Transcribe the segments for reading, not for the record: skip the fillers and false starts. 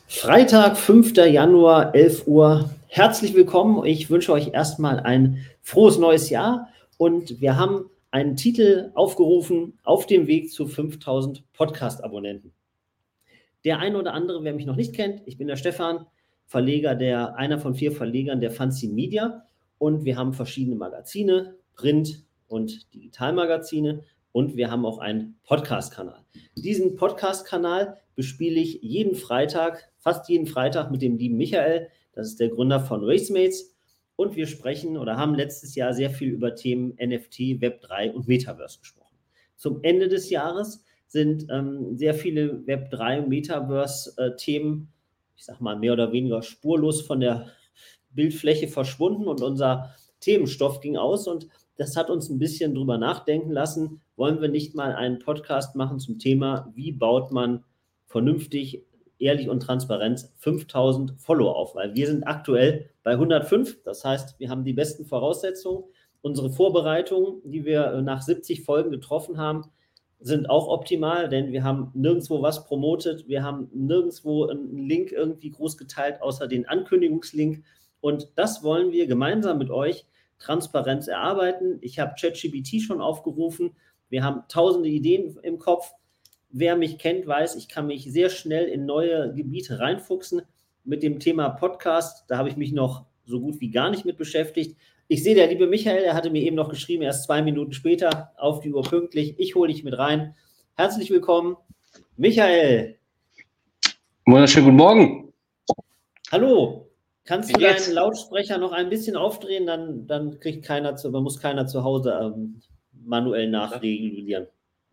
Freitag, 5. Januar, 11 Uhr. Herzlich willkommen. Ich wünsche euch erstmal ein frohes neues Jahr und wir haben einen Titel aufgerufen: Auf dem Weg zu 5000 Podcast-Abonnenten. Der eine oder andere, wer mich noch nicht kennt, ich bin der Stefan, einer von 4 Verlegern der Fanzine Media, und wir haben verschiedene Magazine, Print- und Digitalmagazine, und wir haben auch einen Podcast-Kanal. Diesen Podcast-Kanal bespiele ich fast jeden Freitag mit dem lieben Michael. Das ist der Gründer von Racemates, und wir sprechen oder haben letztes Jahr sehr viel über Themen NFT, Web3 und Metaverse gesprochen. Zum Ende des Jahres sind sehr viele Web3 und Metaverse-Themen, ich sag mal, mehr oder weniger spurlos von der Bildfläche verschwunden und unser Themenstoff ging aus, und das hat uns ein bisschen drüber nachdenken lassen. Wollen wir nicht mal einen Podcast machen zum Thema, wie baut man vernünftig, ehrlich und transparent 5000 Follower auf? Weil wir sind aktuell bei 105, das heißt, wir haben die besten Voraussetzungen. Unsere Vorbereitungen, die wir nach 70 Folgen getroffen haben, sind auch optimal, denn wir haben nirgendwo was promotet, wir haben nirgendwo einen Link irgendwie groß geteilt, außer den Ankündigungslink, und das wollen wir gemeinsam mit euch Transparenz erarbeiten. Ich habe ChatGPT schon aufgerufen, wir haben tausende Ideen im Kopf. Wer mich kennt, weiß, ich kann mich sehr schnell in neue Gebiete reinfuchsen. Mit dem Thema Podcast, da habe ich mich noch so gut wie gar nicht mit beschäftigt. Ich sehe, der liebe Michael, der hatte mir eben noch geschrieben, erst 2 Minuten später, auf die Uhr pünktlich. Ich hole dich mit rein. Herzlich willkommen, Michael. Wunderschönen guten Morgen. Hallo. Kannst du deinen Lautsprecher noch ein bisschen aufdrehen, dann muss keiner zu Hause manuell nachregulieren.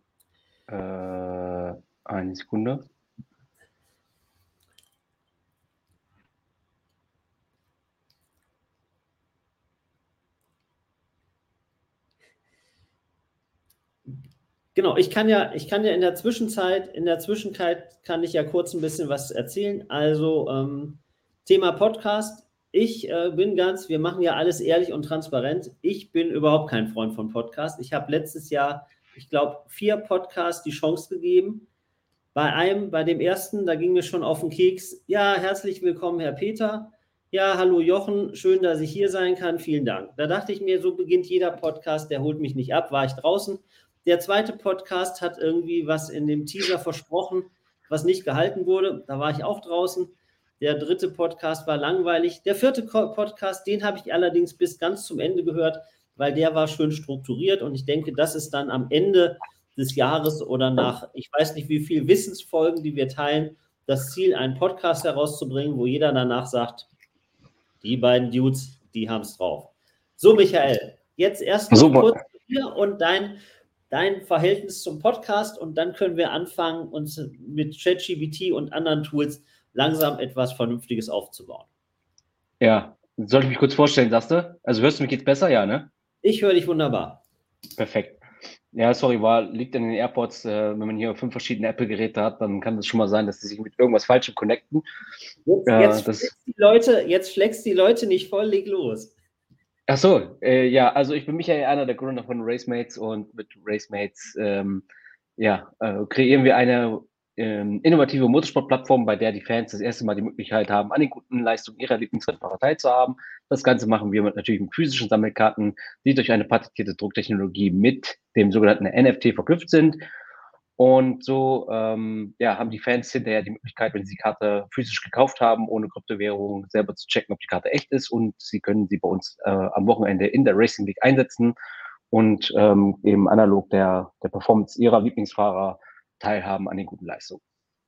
Eine Sekunde. Genau, ich kann ja in der Zwischenzeit kann ich ja kurz ein bisschen was erzählen. Also Thema Podcast. Wir machen ja alles ehrlich und transparent. Ich bin überhaupt kein Freund von Podcast. Ich habe letztes Jahr, ich glaube, 4 Podcasts die Chance gegeben. Bei dem ersten, da ging mir schon auf den Keks. Ja, herzlich willkommen, Herr Peter. Ja, hallo Jochen, schön, dass ich hier sein kann. Vielen Dank. Da dachte ich mir, so beginnt jeder Podcast, der holt mich nicht ab, war ich draußen. Der zweite Podcast hat irgendwie was in dem Teaser versprochen, was nicht gehalten wurde. Da war ich auch draußen. Der dritte Podcast war langweilig. Der vierte Podcast, den habe ich allerdings bis ganz zum Ende gehört, weil der war schön strukturiert, und ich denke, das ist dann am Ende des Jahres oder nach, ich weiß nicht wie viel Wissensfolgen, die wir teilen, das Ziel, einen Podcast herauszubringen, wo jeder danach sagt, die beiden Dudes, die haben es drauf. So, Michael, jetzt erst noch kurz hier und dein Verhältnis zum Podcast, und dann können wir anfangen, uns mit ChatGPT und anderen Tools langsam etwas Vernünftiges aufzubauen. Ja, soll ich mich kurz vorstellen, sagst du? Also hörst du mich jetzt besser, ja, ne? Ich höre dich wunderbar. Perfekt. Ja, sorry, liegt in den AirPods, wenn man hier 5 verschiedene Apple-Geräte hat, dann kann es schon mal sein, dass sie sich mit irgendwas Falschem connecten. Jetzt flex die Leute nicht voll, leg los. Ach so, ja, also ich bin Michael, einer der Gründer von Racemates, und mit Racemates kreieren wir eine innovative Motorsportplattform, bei der die Fans das erste Mal die Möglichkeit haben, an den guten Leistungen ihrer Lieblingsrennfahrer teilzuhaben. Das Ganze machen wir natürlich mit physischen Sammelkarten, die durch eine patentierte Drucktechnologie mit dem sogenannten NFT verknüpft sind. Und so haben die Fans hinterher die Möglichkeit, wenn sie die Karte physisch gekauft haben, ohne Kryptowährung, selber zu checken, ob die Karte echt ist, und sie können sie bei uns am Wochenende in der Racing League einsetzen und eben analog der Performance ihrer Lieblingsfahrer teilhaben an den guten Leistungen.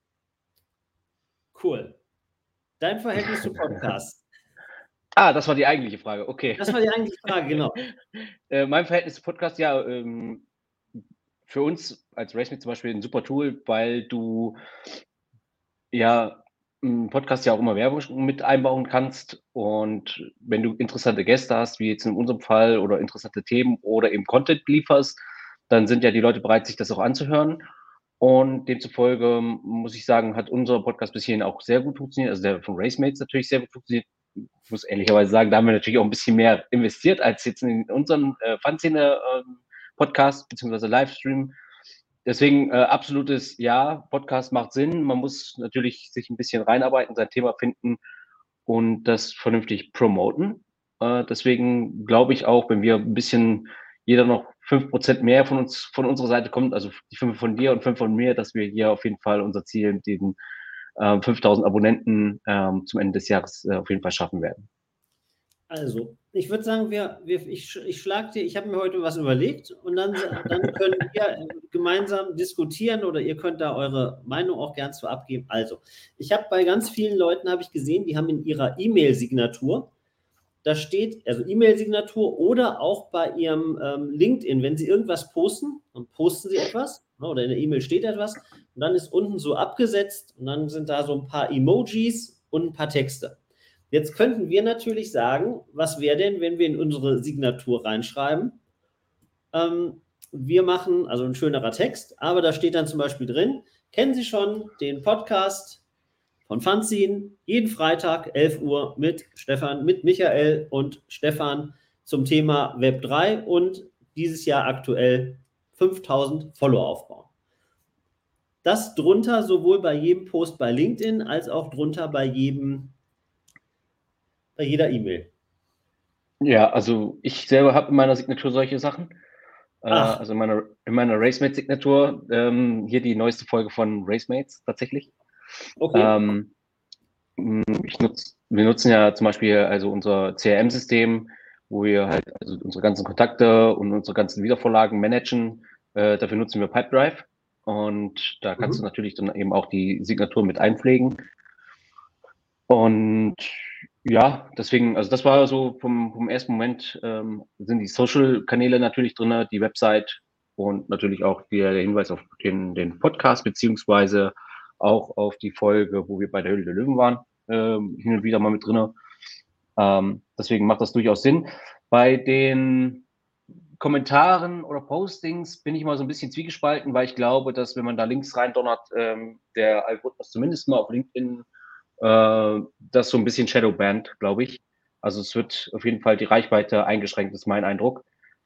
Cool. Dein Verhältnis zu Podcasts? Das war die eigentliche Frage, okay. Das war die eigentliche Frage, genau. Mein Verhältnis zu Podcasts, ja, für uns als Racemate zum Beispiel ein super Tool, weil du ja im Podcast ja auch immer Werbung mit einbauen kannst, und wenn du interessante Gäste hast, wie jetzt in unserem Fall, oder interessante Themen oder eben Content lieferst, dann sind ja die Leute bereit, sich das auch anzuhören, und demzufolge muss ich sagen, hat unser Podcast bis hierhin auch sehr gut funktioniert, also der von Racemates natürlich sehr gut funktioniert. Ich muss ehrlicherweise sagen, da haben wir natürlich auch ein bisschen mehr investiert als jetzt in unseren Fanszene Podcast beziehungsweise Livestream. deswegen absolutes Ja, Podcast macht Sinn. Man muss natürlich sich ein bisschen reinarbeiten, sein Thema finden und das vernünftig promoten. Deswegen glaube ich auch, wenn wir ein bisschen jeder noch 5% mehr von unserer Seite kommt, also die 5 von dir und 5 von mir, dass wir hier auf jeden Fall unser Ziel mit den 5.000 Abonnenten zum Ende des Jahres auf jeden Fall schaffen werden. Also, ich würde sagen, ich schlage dir, ich habe mir heute was überlegt und dann können wir gemeinsam diskutieren oder ihr könnt da eure Meinung auch gern zu abgeben. Also, ich habe bei ganz vielen Leuten, habe ich gesehen, die haben in ihrer E-Mail-Signatur, da steht, also E-Mail-Signatur oder auch bei ihrem LinkedIn, wenn sie irgendwas posten, dann posten sie etwas, ne, oder in der E-Mail steht etwas und dann ist unten so abgesetzt und dann sind da so ein paar Emojis und ein paar Texte. Jetzt könnten wir natürlich sagen, was wäre denn, wenn wir in unsere Signatur reinschreiben, wir machen, also ein schönerer Text, aber da steht dann zum Beispiel drin, kennen Sie schon den Podcast von Fanzine, jeden Freitag 11 Uhr mit Stefan, mit Michael und Stefan zum Thema Web 3 und dieses Jahr aktuell 5000 Follower aufbauen. Das drunter sowohl bei jedem Post bei LinkedIn als auch drunter bei jeder E-Mail. Ja, also ich selber habe in meiner Signatur solche Sachen. Also in meiner Racemate-Signatur hier die neueste Folge von Racemates tatsächlich. Okay. Wir nutzen ja zum Beispiel also unser CRM-System, wo wir halt also unsere ganzen Kontakte und unsere ganzen Wiedervorlagen managen. Dafür nutzen wir Pipedrive und da kannst du natürlich dann eben auch die Signatur mit einpflegen. Und ja, deswegen, also das war so vom ersten Moment, sind die Social-Kanäle natürlich drin, die Website und natürlich auch der Hinweis auf den Podcast, beziehungsweise auch auf die Folge, wo wir bei der Höhle der Löwen waren, hin und wieder mal mit drin. Deswegen macht das durchaus Sinn. Bei den Kommentaren oder Postings bin ich mal so ein bisschen zwiegespalten, weil ich glaube, dass wenn man da Links reindonnert, der Algorithmus zumindest mal auf LinkedIn das so ein bisschen Shadowbanned, glaube ich. Also es wird auf jeden Fall die Reichweite eingeschränkt, ist mein Eindruck.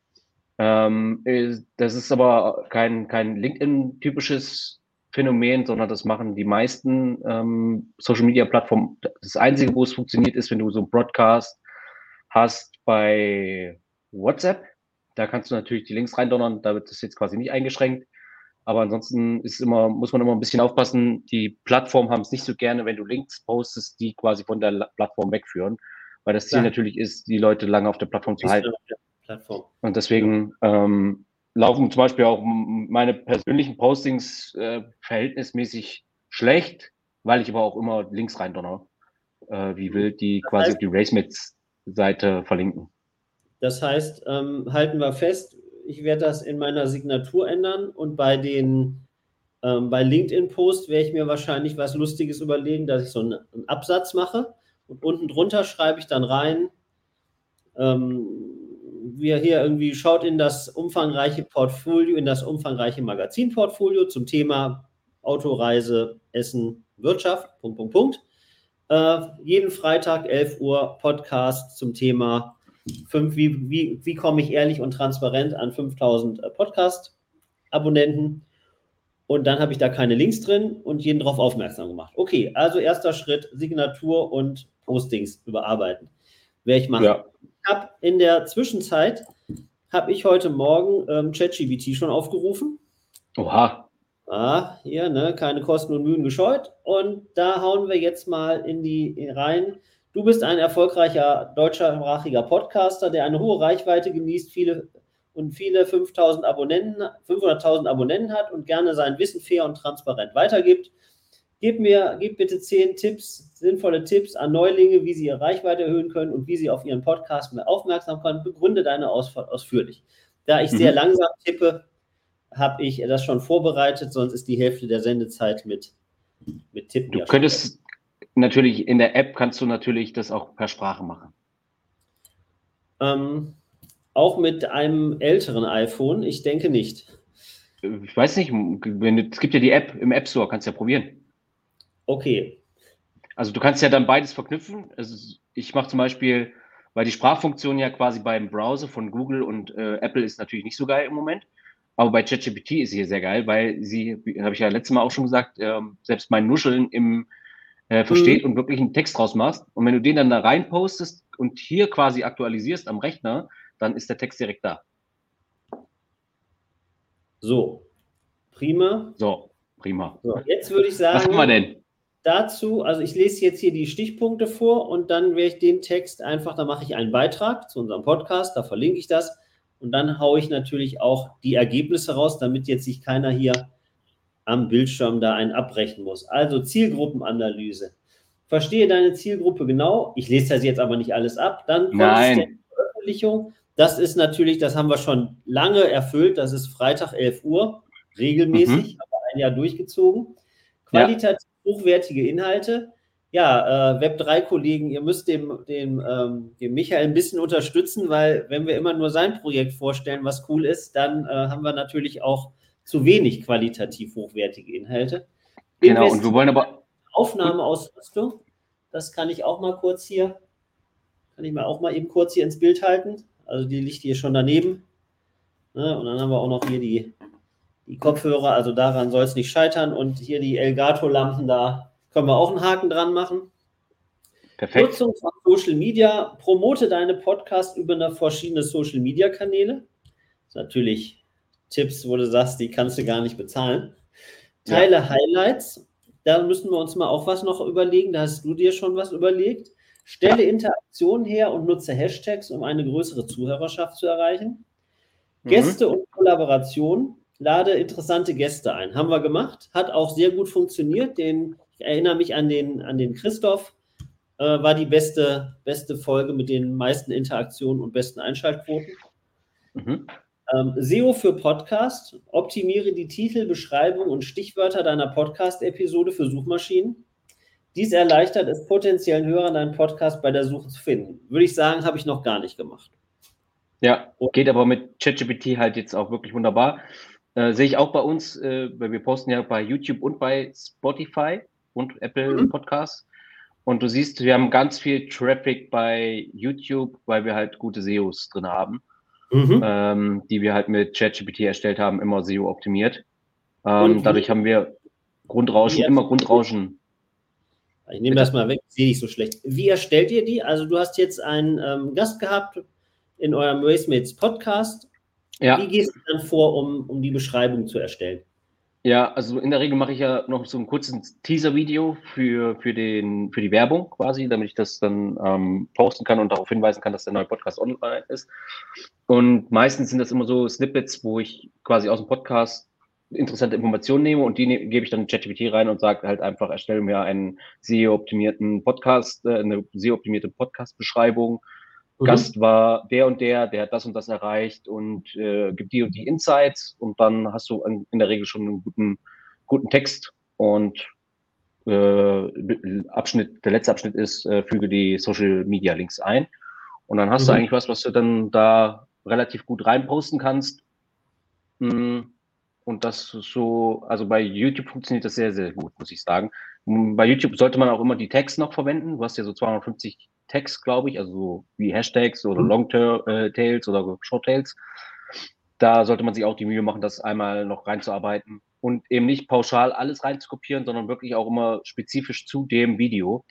Das ist aber kein LinkedIn-typisches Phänomen, sondern das machen die meisten Social-Media-Plattformen. Das Einzige, wo es funktioniert, ist, wenn du so einen Broadcast hast bei WhatsApp. Da kannst du natürlich die Links reindonnern, da wird das jetzt quasi nicht eingeschränkt. Aber ansonsten muss man immer ein bisschen aufpassen. Die Plattformen haben es nicht so gerne, wenn du Links postest, die quasi von der Plattform wegführen. Weil das Ziel natürlich ist, die Leute lange auf der Plattform zu halten. Und deswegen laufen zum Beispiel auch meine persönlichen Postings verhältnismäßig schlecht, weil ich aber auch immer Links reindonner, wie wild, die quasi auf die Racemates-Seite verlinken. Das heißt, halten wir fest, ich werde das in meiner Signatur ändern und bei LinkedIn-Post werde ich mir wahrscheinlich was Lustiges überlegen, dass ich so einen Absatz mache und unten drunter schreibe ich dann rein, wir hier irgendwie schaut in das umfangreiche Portfolio, in das umfangreiche Magazinportfolio zum Thema Autoreise, Essen, Wirtschaft, .. Jeden Freitag 11 Uhr Podcast zum Thema wie komme ich ehrlich und transparent an 5000 Podcast-Abonnenten. Und dann habe ich da keine Links drin und jeden darauf aufmerksam gemacht. Okay, also erster Schritt, Signatur und Postings überarbeiten. Werde ich machen. Ja. Ich habe in der Zwischenzeit, habe ich heute Morgen ChatGPT schon aufgerufen. Oha. Hier, ne, keine Kosten und Mühen gescheut. Und da hauen wir jetzt mal rein. Du bist ein erfolgreicher deutschsprachiger Podcaster, der eine hohe Reichweite genießt, viele 5.000 Abonnenten, 500.000 Abonnenten hat und gerne sein Wissen fair und transparent weitergibt. Gib bitte 10 sinnvolle Tipps an Neulinge, wie sie ihre Reichweite erhöhen können und wie sie auf ihren Podcast mehr aufmerksam können. Begründe deine Auswahl ausführlich. Da ich sehr langsam tippe, habe ich das schon vorbereitet, sonst ist die Hälfte der Sendezeit mit Tippen. Du könntest natürlich in der App kannst du natürlich das auch per Sprache machen. Auch mit einem älteren iPhone? Ich denke nicht. Ich weiß nicht, es gibt ja die App im App Store, kannst du ja probieren. Okay. Also du kannst ja dann beides verknüpfen. Also ich mache zum Beispiel, weil die Sprachfunktion ja quasi beim Browser von Google und Apple ist natürlich nicht so geil im Moment. Aber bei ChatGPT ist sie hier sehr geil, weil sie, habe ich ja letztes Mal auch schon gesagt, selbst mein Nuscheln versteht und wirklich einen Text draus machst. Und wenn du den dann da rein postest und hier quasi aktualisierst am Rechner, dann ist der Text direkt da. So, prima. So, prima. So, jetzt würde ich sagen, was haben wir denn? Dazu, also ich lese jetzt hier die Stichpunkte vor und dann werde ich den Text einfach, da mache ich einen Beitrag zu unserem Podcast, da verlinke ich das und dann haue ich natürlich auch die Ergebnisse raus, damit jetzt sich keiner hier am Bildschirm da einen abbrechen muss. Also Zielgruppenanalyse. Verstehe deine Zielgruppe genau. Ich lese das jetzt aber nicht alles ab. Dann konsistente Veröffentlichung. Das ist natürlich, das haben wir schon lange erfüllt. Das ist Freitag 11 Uhr, regelmäßig, haben wir ein Jahr durchgezogen. Qualitativ hochwertige Inhalte. Ja, Web3-Kollegen, ihr müsst dem Michael ein bisschen unterstützen, weil wenn wir immer nur sein Projekt vorstellen, was cool ist, dann haben wir natürlich auch zu wenig qualitativ hochwertige Inhalte. Genau, und wir wollen aber Aufnahmeausrüstung, das kann ich auch mal kurz hier, kann ich mal auch mal eben kurz hier ins Bild halten. Also die liegt hier schon daneben. Ne? Und dann haben wir auch noch hier die Kopfhörer, also daran soll es nicht scheitern. Und hier die Elgato-Lampen, da können wir auch einen Haken dran machen. Perfekt. Nutzung von Social Media, promote deine Podcasts über verschiedene Social Media Kanäle. Das ist natürlich Tipps, wo du sagst, die kannst du gar nicht bezahlen. Teile Highlights, da müssen wir uns mal auch was noch überlegen, da hast du dir schon was überlegt. Stelle Interaktion her und nutze Hashtags, um eine größere Zuhörerschaft zu erreichen. Gäste und Kollaboration, lade interessante Gäste ein. Haben wir gemacht, hat auch sehr gut funktioniert. Ich erinnere mich an den Christoph, war die beste Folge mit den meisten Interaktionen und besten Einschaltquoten. SEO für Podcast, optimiere die Titel, Beschreibung und Stichwörter deiner Podcast-Episode für Suchmaschinen. Dies erleichtert es potenziellen Hörern, deinen Podcast bei der Suche zu finden. Würde ich sagen, habe ich noch gar nicht gemacht. Ja, geht aber mit ChatGPT halt jetzt auch wirklich wunderbar. Sehe ich auch bei uns, weil wir posten ja bei YouTube und bei Spotify und Apple Podcasts. Und du siehst, wir haben ganz viel Traffic bei YouTube, weil wir halt gute SEOs drin haben, die wir halt mit ChatGPT erstellt haben, immer SEO optimiert. Dadurch haben wir Grundrauschen. Ich nehme das mal weg, ich sehe nicht so schlecht. Wie erstellt ihr die? Also du hast jetzt einen Gast gehabt in eurem Racemates Podcast. Ja. Wie gehst du dann vor, um die Beschreibung zu erstellen? Ja, also in der Regel mache ich ja noch so ein kurzes Teaser-Video für die Werbung quasi, damit ich das dann posten kann und darauf hinweisen kann, dass der neue Podcast online ist. Und meistens sind das immer so Snippets, wo ich quasi aus dem Podcast interessante Informationen nehme und die gebe ich dann in ChatGPT rein und sage halt einfach, erstelle mir einen SEO-optimierten Podcast, eine SEO-optimierte Podcast-Beschreibung. Gast war der und der hat das und das erreicht und gibt die und die Insights und dann hast du in der Regel schon einen guten Text und der letzte Abschnitt ist, füge die Social Media Links ein und dann hast du eigentlich was du dann da relativ gut reinposten kannst. Und das ist so, also bei YouTube funktioniert das sehr, sehr gut, muss ich sagen. Bei YouTube sollte man auch immer die Tags noch verwenden. Du hast ja so 250 Tags, glaube ich, also so wie Hashtags oder Long-Tails oder Short-Tails. Da sollte man sich auch die Mühe machen, das einmal noch reinzuarbeiten und eben nicht pauschal alles reinzukopieren, sondern wirklich auch immer spezifisch zu dem Video.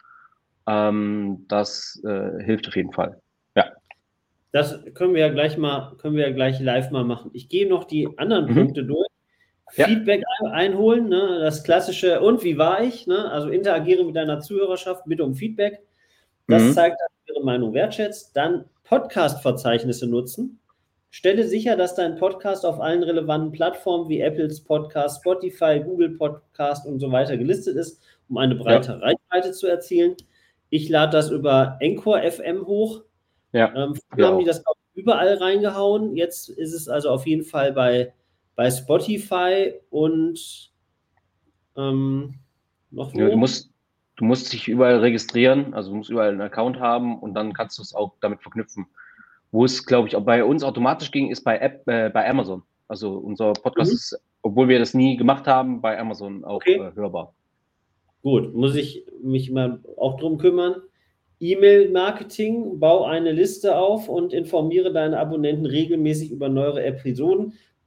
Das hilft auf jeden Fall. Ja. Das können wir ja gleich live mal machen. Ich gehe noch die anderen Punkte durch. Feedback einholen, ne? Das klassische, und wie war ich? Ne? Also interagiere mit deiner Zuhörerschaft, bitte um Feedback. Das zeigt, dass du ihre Meinung wertschätzt. Dann Podcast-Verzeichnisse nutzen. Stelle sicher, dass dein Podcast auf allen relevanten Plattformen wie Apples Podcast, Spotify, Google Podcast und so weiter gelistet ist, um eine breite Reichweite zu erzielen. Ich lade das über Anchor FM hoch. Haben die das auch überall reingehauen. Jetzt ist es also auf jeden Fall bei Spotify und noch wo? Ja, du musst dich überall registrieren, also du musst überall einen Account haben und dann kannst du es auch damit verknüpfen. Wo es, glaube ich, auch bei uns automatisch ging, ist bei Amazon. Also unser Podcast ist, obwohl wir das nie gemacht haben, bei Amazon auch hörbar. Gut, muss ich mich mal auch drum kümmern. E-Mail-Marketing, bau eine Liste auf und informiere deine Abonnenten regelmäßig über neuere Episoden.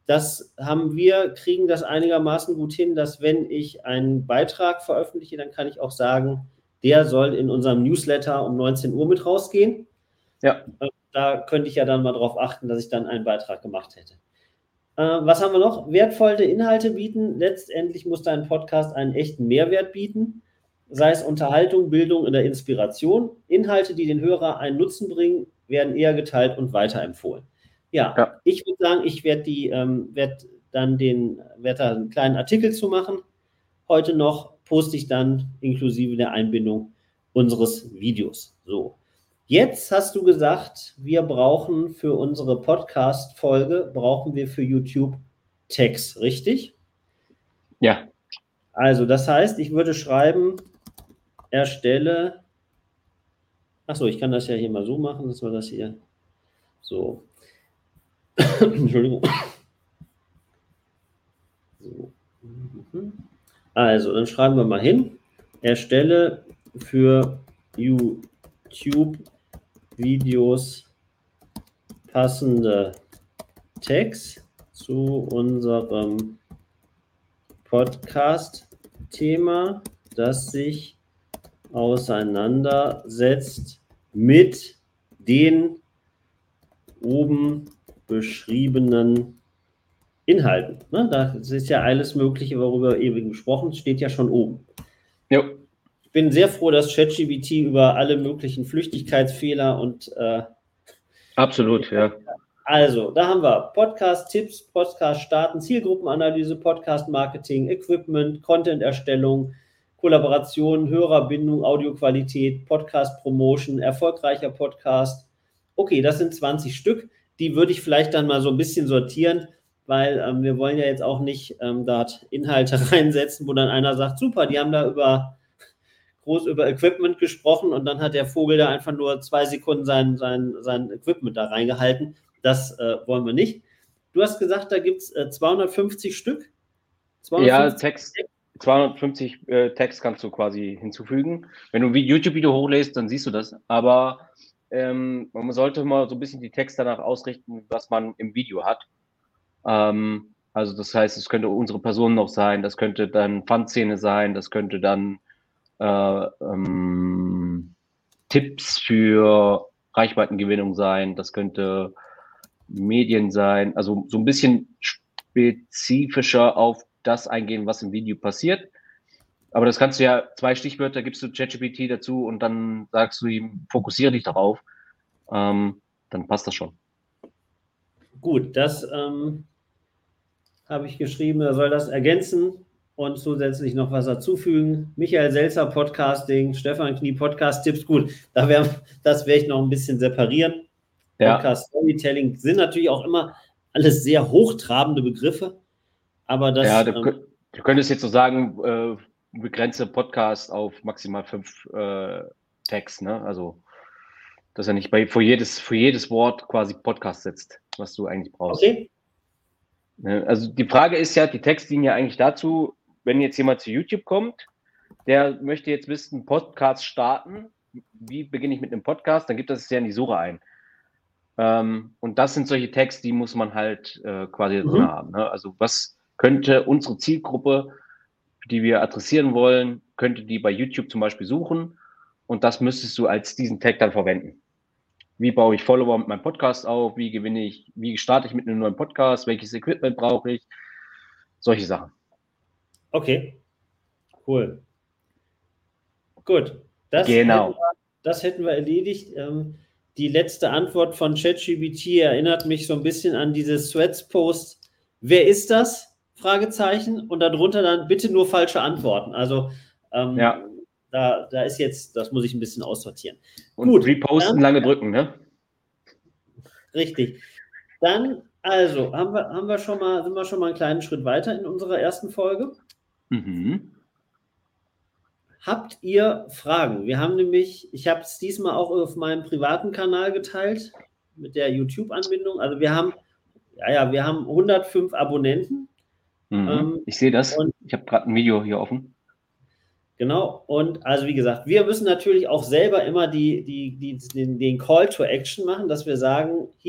kriegen das einigermaßen gut hin, dass wenn ich einen Beitrag veröffentliche, dann kann ich auch sagen, der soll in unserem Newsletter um 19 Uhr mit rausgehen. Ja. Da könnte ich ja dann mal darauf achten, dass ich dann einen Beitrag gemacht hätte. Was haben wir noch? Wertvolle Inhalte bieten. Letztendlich muss dein Podcast einen echten Mehrwert bieten, sei es Unterhaltung, Bildung oder Inspiration. Inhalte, die den Hörer einen Nutzen bringen, werden eher geteilt und weiterempfohlen. Ja. Ich würde sagen, ich werde da einen kleinen Artikel zu machen. Heute noch poste ich dann inklusive der Einbindung unseres Videos. So. Jetzt hast du gesagt, wir brauchen für unsere Podcast-Folge, für YouTube Text, richtig? Ja. Also, das heißt, ich würde schreiben, erstelle, achso, ich kann das ja hier mal so machen, dass wir das hier so, Entschuldigung. So. Also, dann schreiben wir mal hin, erstelle für YouTube Videos passende Text zu unserem Podcast-Thema, das sich auseinandersetzt mit den oben beschriebenen Inhalten. Ne? Das ist ja alles Mögliche, worüber eben gesprochen steht ja schon oben. Jo. Ich bin sehr froh, dass ChatGPT über alle möglichen Flüchtigkeitsfehler und absolut, ja. Also, da haben wir Podcast-Tipps, Podcast-Starten, Zielgruppenanalyse, Podcast-Marketing, Equipment, Content-Erstellung, Kollaboration, Hörerbindung, Audioqualität, Podcast-Promotion, erfolgreicher Podcast. Okay, das sind 20 Stück. Die würde ich vielleicht dann mal so ein bisschen sortieren, weil wir wollen ja jetzt auch nicht dort Inhalte reinsetzen, wo dann einer sagt, super, die haben da groß über Equipment gesprochen und dann hat der Vogel da einfach nur 2 Sekunden sein Equipment da reingehalten. Das wollen wir nicht. Du hast gesagt, da gibt es 250 Stück. 250 Text kannst du quasi hinzufügen. Wenn du ein YouTube-Video hochlädst, dann siehst du das. Aber man sollte mal so ein bisschen die Texte danach ausrichten, was man im Video hat. Also das heißt, es könnte unsere Person noch sein, das könnte dann Fun-Szene sein, das könnte dann Tipps für Reichweitengewinnung sein, das könnte Medien sein, also so ein bisschen spezifischer auf das eingehen, was im Video passiert. Aber das kannst du ja, 2 Stichwörter gibst du ChatGPT dazu und dann sagst du ihm, fokussiere dich darauf, dann passt das schon. Gut, das habe ich geschrieben, er soll das ergänzen und zusätzlich noch was dazufügen. Michael Selzer Podcasting, Stefan Knie Podcast-Tipps. Gut, das werde ich noch ein bisschen separieren. Ja. Podcast Storytelling sind natürlich auch immer alles sehr hochtrabende Begriffe, aber das... Ja, du könntest jetzt so sagen, begrenze Podcast auf maximal 5 Tags, ne? Also, dass er nicht für jedes Wort quasi Podcast setzt, was du eigentlich brauchst. Okay. Also die Frage ist ja, die Tags dienen ja eigentlich dazu, wenn jetzt jemand zu YouTube kommt, der möchte jetzt wissen, Podcast starten, wie beginne ich mit einem Podcast, dann gibt das ja in die Suche ein. Und das sind solche Tags, die muss man halt quasi drin haben. Ne? Also was könnte unsere Zielgruppe, die wir adressieren wollen, könnte die bei YouTube zum Beispiel suchen und das müsstest du als diesen Tag dann verwenden. Wie baue ich Follower mit meinem Podcast auf? Wie starte ich mit einem neuen Podcast? Welches Equipment brauche ich? Solche Sachen. Okay, cool. Gut, das hätten wir erledigt. Die letzte Antwort von ChatGPT erinnert mich so ein bisschen an diese Threads-Post. Wer ist das? Fragezeichen. Und darunter dann bitte nur falsche Antworten. Also da ist jetzt, das muss ich ein bisschen aussortieren. Und gut, reposten, lange drücken, ne? Richtig. Dann, also, sind wir schon mal einen kleinen Schritt weiter in unserer ersten Folge. Habt ihr Fragen? Wir haben nämlich, ich habe es diesmal auch auf meinem privaten Kanal geteilt mit der YouTube-Anbindung. Also wir haben 105 Abonnenten. Ich sehe das. Ich habe gerade ein Video hier offen. Genau. Und also wie gesagt, wir müssen natürlich auch selber immer den Call to Action machen, dass wir sagen, hier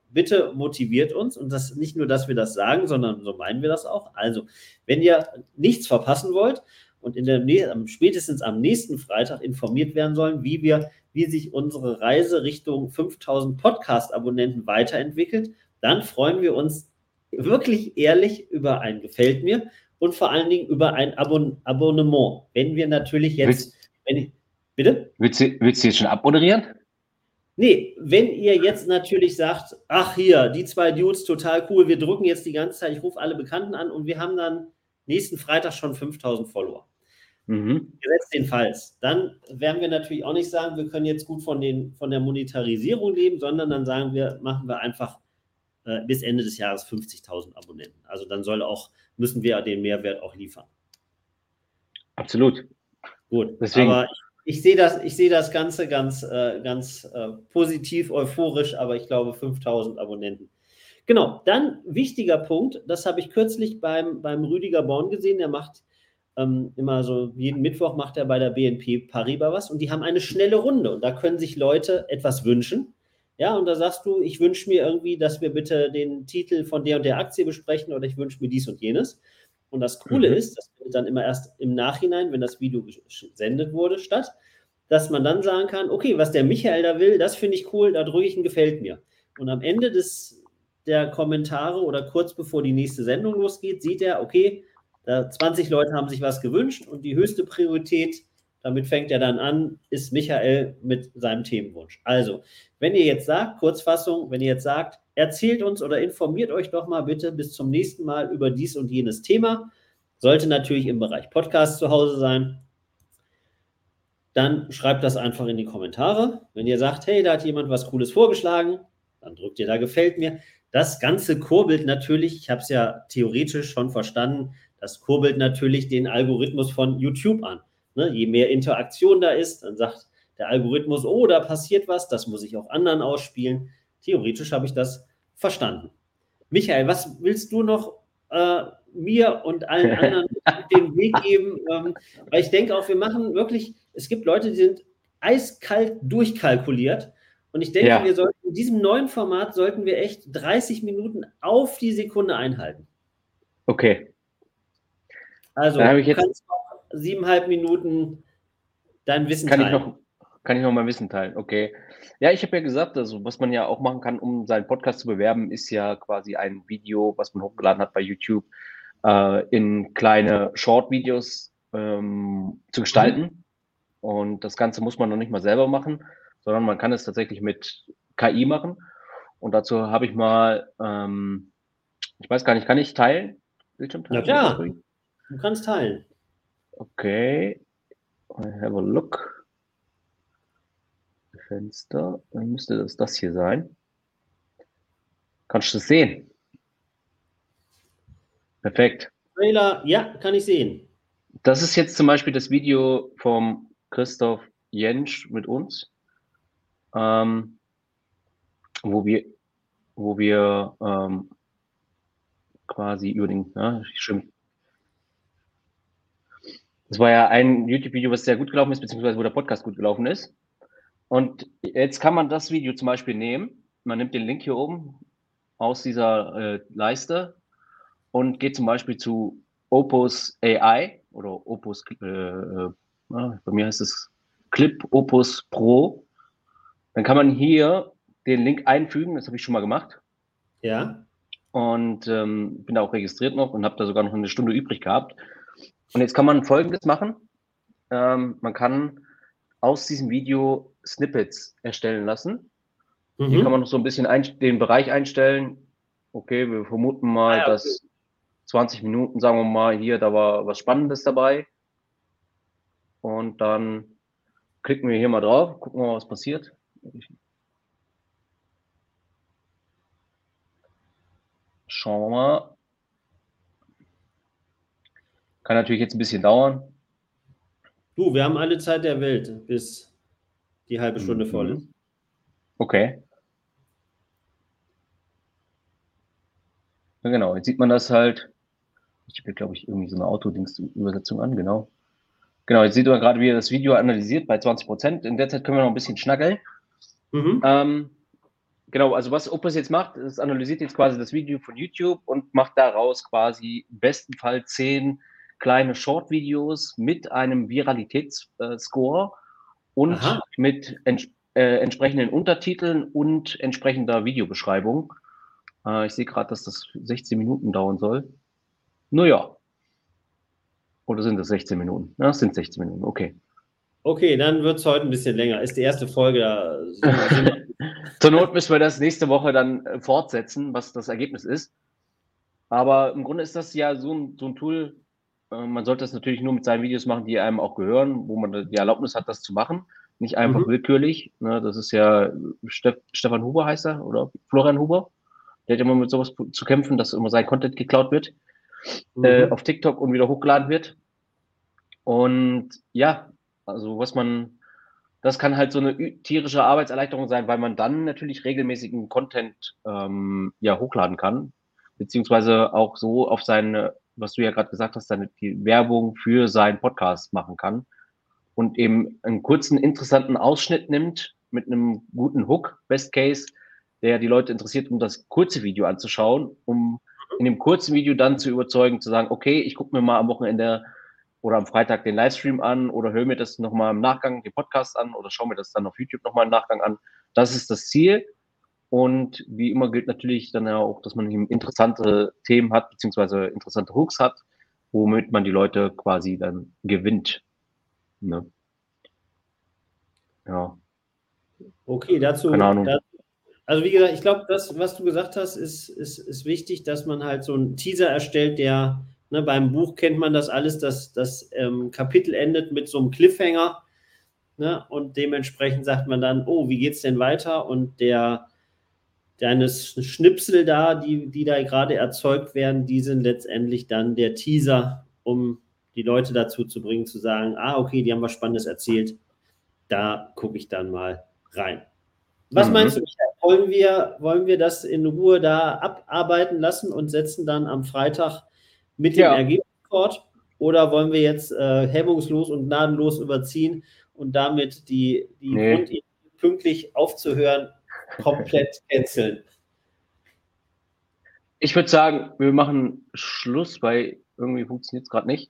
bitte motiviert uns und das nicht nur, dass wir das sagen, sondern so meinen wir das auch. Also, wenn ihr nichts verpassen wollt und spätestens am nächsten Freitag informiert werden sollen, wie sich unsere Reise Richtung 5000 Podcast-Abonnenten weiterentwickelt, dann freuen wir uns wirklich ehrlich über ein Gefällt mir und vor allen Dingen über ein Abonnement. Wenn wir natürlich jetzt... Bitte? Willst du jetzt schon abmoderieren? Nee, wenn ihr jetzt natürlich sagt, ach hier, die zwei Dudes, total cool, wir drücken jetzt die ganze Zeit, ich rufe alle Bekannten an und wir haben dann nächsten Freitag schon 5000 Follower. Gesetzt den Falls. Dann werden wir natürlich auch nicht sagen, wir können jetzt gut von der Monetarisierung leben, sondern dann sagen wir, machen wir einfach bis Ende des Jahres 50.000 Abonnenten. Also dann müssen wir den Mehrwert auch liefern. Absolut. Gut, deswegen. Aber ich sehe das Ganze ganz positiv, euphorisch, aber ich glaube 5.000 Abonnenten. Genau, dann wichtiger Punkt, das habe ich kürzlich beim Rüdiger Born gesehen, der macht immer so, jeden Mittwoch macht er bei der BNP Paribas was und die haben eine schnelle Runde und da können sich Leute etwas wünschen. Ja, und da sagst du, ich wünsche mir irgendwie, dass wir bitte den Titel von der und der Aktie besprechen oder ich wünsche mir dies und jenes. Und das Coole ist, das findet dann immer erst im Nachhinein, wenn das Video gesendet wurde, statt, dass man dann sagen kann, okay, was der Michael da will, das finde ich cool, da drücke ich ein Gefällt mir. Und am Ende der Kommentare oder kurz bevor die nächste Sendung losgeht, sieht er, okay, 20 Leute haben sich was gewünscht und die höchste Priorität, damit fängt er dann an, ist Michael mit seinem Themenwunsch. Also, wenn ihr jetzt sagt, Kurzfassung, wenn ihr jetzt sagt, erzählt uns oder informiert euch doch mal bitte bis zum nächsten Mal über dies und jenes Thema, sollte natürlich im Bereich Podcast zu Hause sein, dann schreibt das einfach in die Kommentare. Wenn ihr sagt, hey, da hat jemand was Cooles vorgeschlagen, dann drückt ihr da Gefällt mir. Das Ganze kurbelt natürlich, ich habe es ja theoretisch schon verstanden, das kurbelt natürlich den Algorithmus von YouTube an. Ne? Je mehr Interaktion da ist, dann sagt der Algorithmus, oh, da passiert was, das muss ich auch anderen ausspielen. Theoretisch habe ich das verstanden. Michael, was willst du noch mir und allen anderen den Weg geben? Weil ich denke auch, wir machen wirklich, es gibt Leute, die sind eiskalt durchkalkuliert. Und ich denke, wir sollten in diesem neuen Format sollten wir echt 30 Minuten auf die Sekunde einhalten. Okay. Also, du kannst noch 7,5 Minuten dein Wissen teilen. Kann ich noch mein Wissen teilen? Okay. Ja, ich habe ja gesagt, also was man ja auch machen kann, um seinen Podcast zu bewerben, ist ja quasi ein Video, was man hochgeladen hat bei YouTube, in kleine Short-Videos zu gestalten. Und das Ganze muss man noch nicht mal selber machen, sondern man kann es tatsächlich mit KI machen. Und dazu habe ich mal, ich weiß gar nicht, kann ich teilen? Bildschirm teilen? Ja, klar. Du kannst teilen. Okay. I have a look. Fenster, dann müsste das hier sein. Kannst du das sehen? Perfekt. Trailer, ja, kann ich sehen. Das ist jetzt zum Beispiel das Video vom Christoph Jentsch mit uns, wo wir quasi über den, stimmt. Das war ja ein YouTube-Video, was sehr gut gelaufen ist, beziehungsweise wo der Podcast gut gelaufen ist. Und jetzt kann man das Video zum Beispiel nehmen. Man nimmt den Link hier oben aus dieser Leiste und geht zum Beispiel zu Opus AI oder Opus, bei mir heißt es Clip Opus Pro. Dann kann man hier den Link einfügen, das habe ich schon mal gemacht. Ja. Und bin da auch registriert noch und habe da sogar noch eine Stunde übrig gehabt. Und jetzt kann man Folgendes machen. Man kann aus diesem Video Snippets erstellen lassen. Hier kann man noch so ein bisschen den Bereich einstellen. Okay, wir vermuten mal, dass 20 Minuten, sagen wir mal, hier, da war was Spannendes dabei. Und dann klicken wir hier mal drauf, gucken wir mal, was passiert. Schauen wir mal. Kann natürlich jetzt ein bisschen dauern. Du, wir haben alle Zeit der Welt, bis die halbe Stunde voll ist. Okay. Ja, genau, jetzt sieht man das halt. Ich habe, glaube ich, irgendwie so eine Autodings-Übersetzung an, genau. Genau, jetzt sieht man gerade, wie er das Video analysiert bei 20%. In der Zeit können wir noch ein bisschen schnackeln. Genau, also was Opus jetzt macht, es analysiert jetzt quasi das Video von YouTube und macht daraus quasi im besten Fall 10 kleine Short-Videos mit einem Viralitätsscore und Aha. mit entsprechenden Untertiteln und entsprechender Videobeschreibung. Ich sehe gerade, dass das 16 Minuten dauern soll. Naja. Oder sind das 16 Minuten? Ja, es sind 16 Minuten, okay. Okay, dann wird es heute ein bisschen länger. Ist die erste Folge, da Zur Not müssen wir das nächste Woche dann fortsetzen, was das Ergebnis ist. Aber im Grunde ist das ja so ein Tool, man sollte das natürlich nur mit seinen Videos machen, die einem auch gehören, wo man die Erlaubnis hat, das zu machen. Nicht einfach willkürlich. Ne? Das ist ja Stefan Huber heißt er oder Florian Huber. Der hat immer mit sowas zu kämpfen, dass immer sein Content geklaut wird auf TikTok und wieder hochgeladen wird. Und ja, also das kann halt so eine tierische Arbeitserleichterung sein, weil man dann natürlich regelmäßigen Content hochladen kann, beziehungsweise auch so auf seine, was du ja gerade gesagt hast, die Werbung für seinen Podcast machen kann und eben einen kurzen, interessanten Ausschnitt nimmt mit einem guten Hook, Best Case, der die Leute interessiert, um das kurze Video anzuschauen, um in dem kurzen Video dann zu überzeugen, zu sagen, okay, ich gucke mir mal am Wochenende oder am Freitag den Livestream an oder höre mir das nochmal im Nachgang, den Podcast an oder schaue mir das dann auf YouTube nochmal im Nachgang an. Das ist das Ziel. Und wie immer gilt natürlich dann ja auch, dass man eben interessante Themen hat, beziehungsweise interessante Hooks hat, womit man die Leute quasi dann gewinnt. Ne? Ja. Okay, dazu. Keine Ahnung. Also wie gesagt, ich glaube, das, was du gesagt hast, ist wichtig, dass man halt so einen Teaser erstellt, der, ne, beim Buch kennt man das alles, dass das Kapitel endet mit so einem Cliffhanger, ne, und dementsprechend sagt man dann, oh, wie geht's denn weiter? Und deine Schnipsel da, die da gerade erzeugt werden, die sind letztendlich dann der Teaser, um die Leute dazu zu bringen, zu sagen, okay, die haben was Spannendes erzählt, da gucke ich dann mal rein. Was meinst du, Michael? Wollen wir das in Ruhe da abarbeiten lassen und setzen dann am Freitag mit dem Ergebnis fort? Oder wollen wir jetzt hemmungslos und gnadenlos überziehen und damit die Grundidee, pünktlich aufzuhören, komplett canceln? Ich würde sagen, wir machen Schluss, weil irgendwie funktioniert es gerade nicht.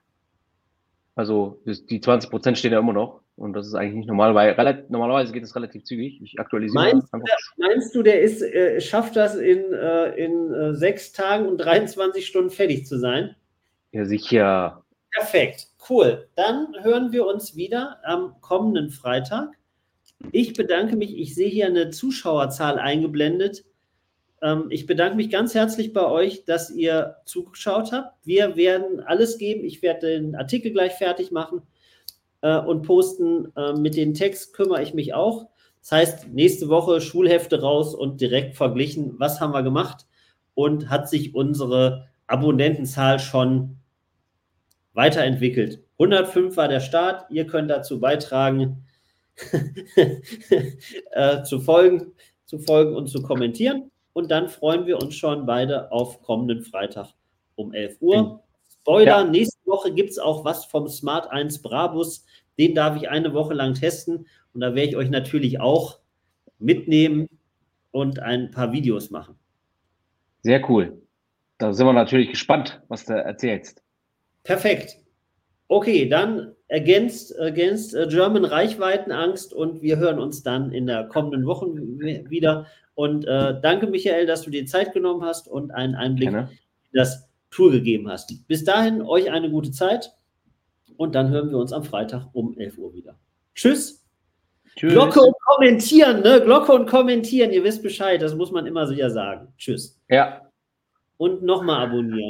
Also die 20% stehen ja immer noch. Und das ist eigentlich nicht normal, weil normalerweise geht es relativ zügig. Ich aktualisiere Meinst du, der schafft das in 6 Tagen und 23 Stunden fertig zu sein? Ja, sicher. Perfekt, cool. Dann hören wir uns wieder am kommenden Freitag. Ich bedanke mich. Ich sehe hier eine Zuschauerzahl eingeblendet. Ich bedanke mich ganz herzlich bei euch, dass ihr zugeschaut habt. Wir werden alles geben. Ich werde den Artikel gleich fertig machen und posten. Mit den Text kümmere ich mich auch. Das heißt, nächste Woche Schulhefte raus und direkt verglichen, was haben wir gemacht und hat sich unsere Abonnentenzahl schon weiterentwickelt. 105 war der Start. Ihr könnt dazu beitragen, zu folgen und zu kommentieren. Und dann freuen wir uns schon beide auf kommenden Freitag um 11 Uhr. Spoiler, nächste Woche gibt es auch was vom Smart 1 Brabus. Den darf ich eine Woche lang testen. Und da werde ich euch natürlich auch mitnehmen und ein paar Videos machen. Sehr cool. Da sind wir natürlich gespannt, was du erzählst. Perfekt. Okay, dann against German Reichweitenangst und wir hören uns dann in der kommenden Woche wieder. Und danke, Michael, dass du dir Zeit genommen hast und einen Einblick in das Tool gegeben hast. Bis dahin, euch eine gute Zeit und dann hören wir uns am Freitag um 11 Uhr wieder. Tschüss. Tschüss. Glocke und kommentieren, ne? Glocke und kommentieren, ihr wisst Bescheid, das muss man immer so ja sagen. Tschüss. Ja. Und nochmal abonnieren.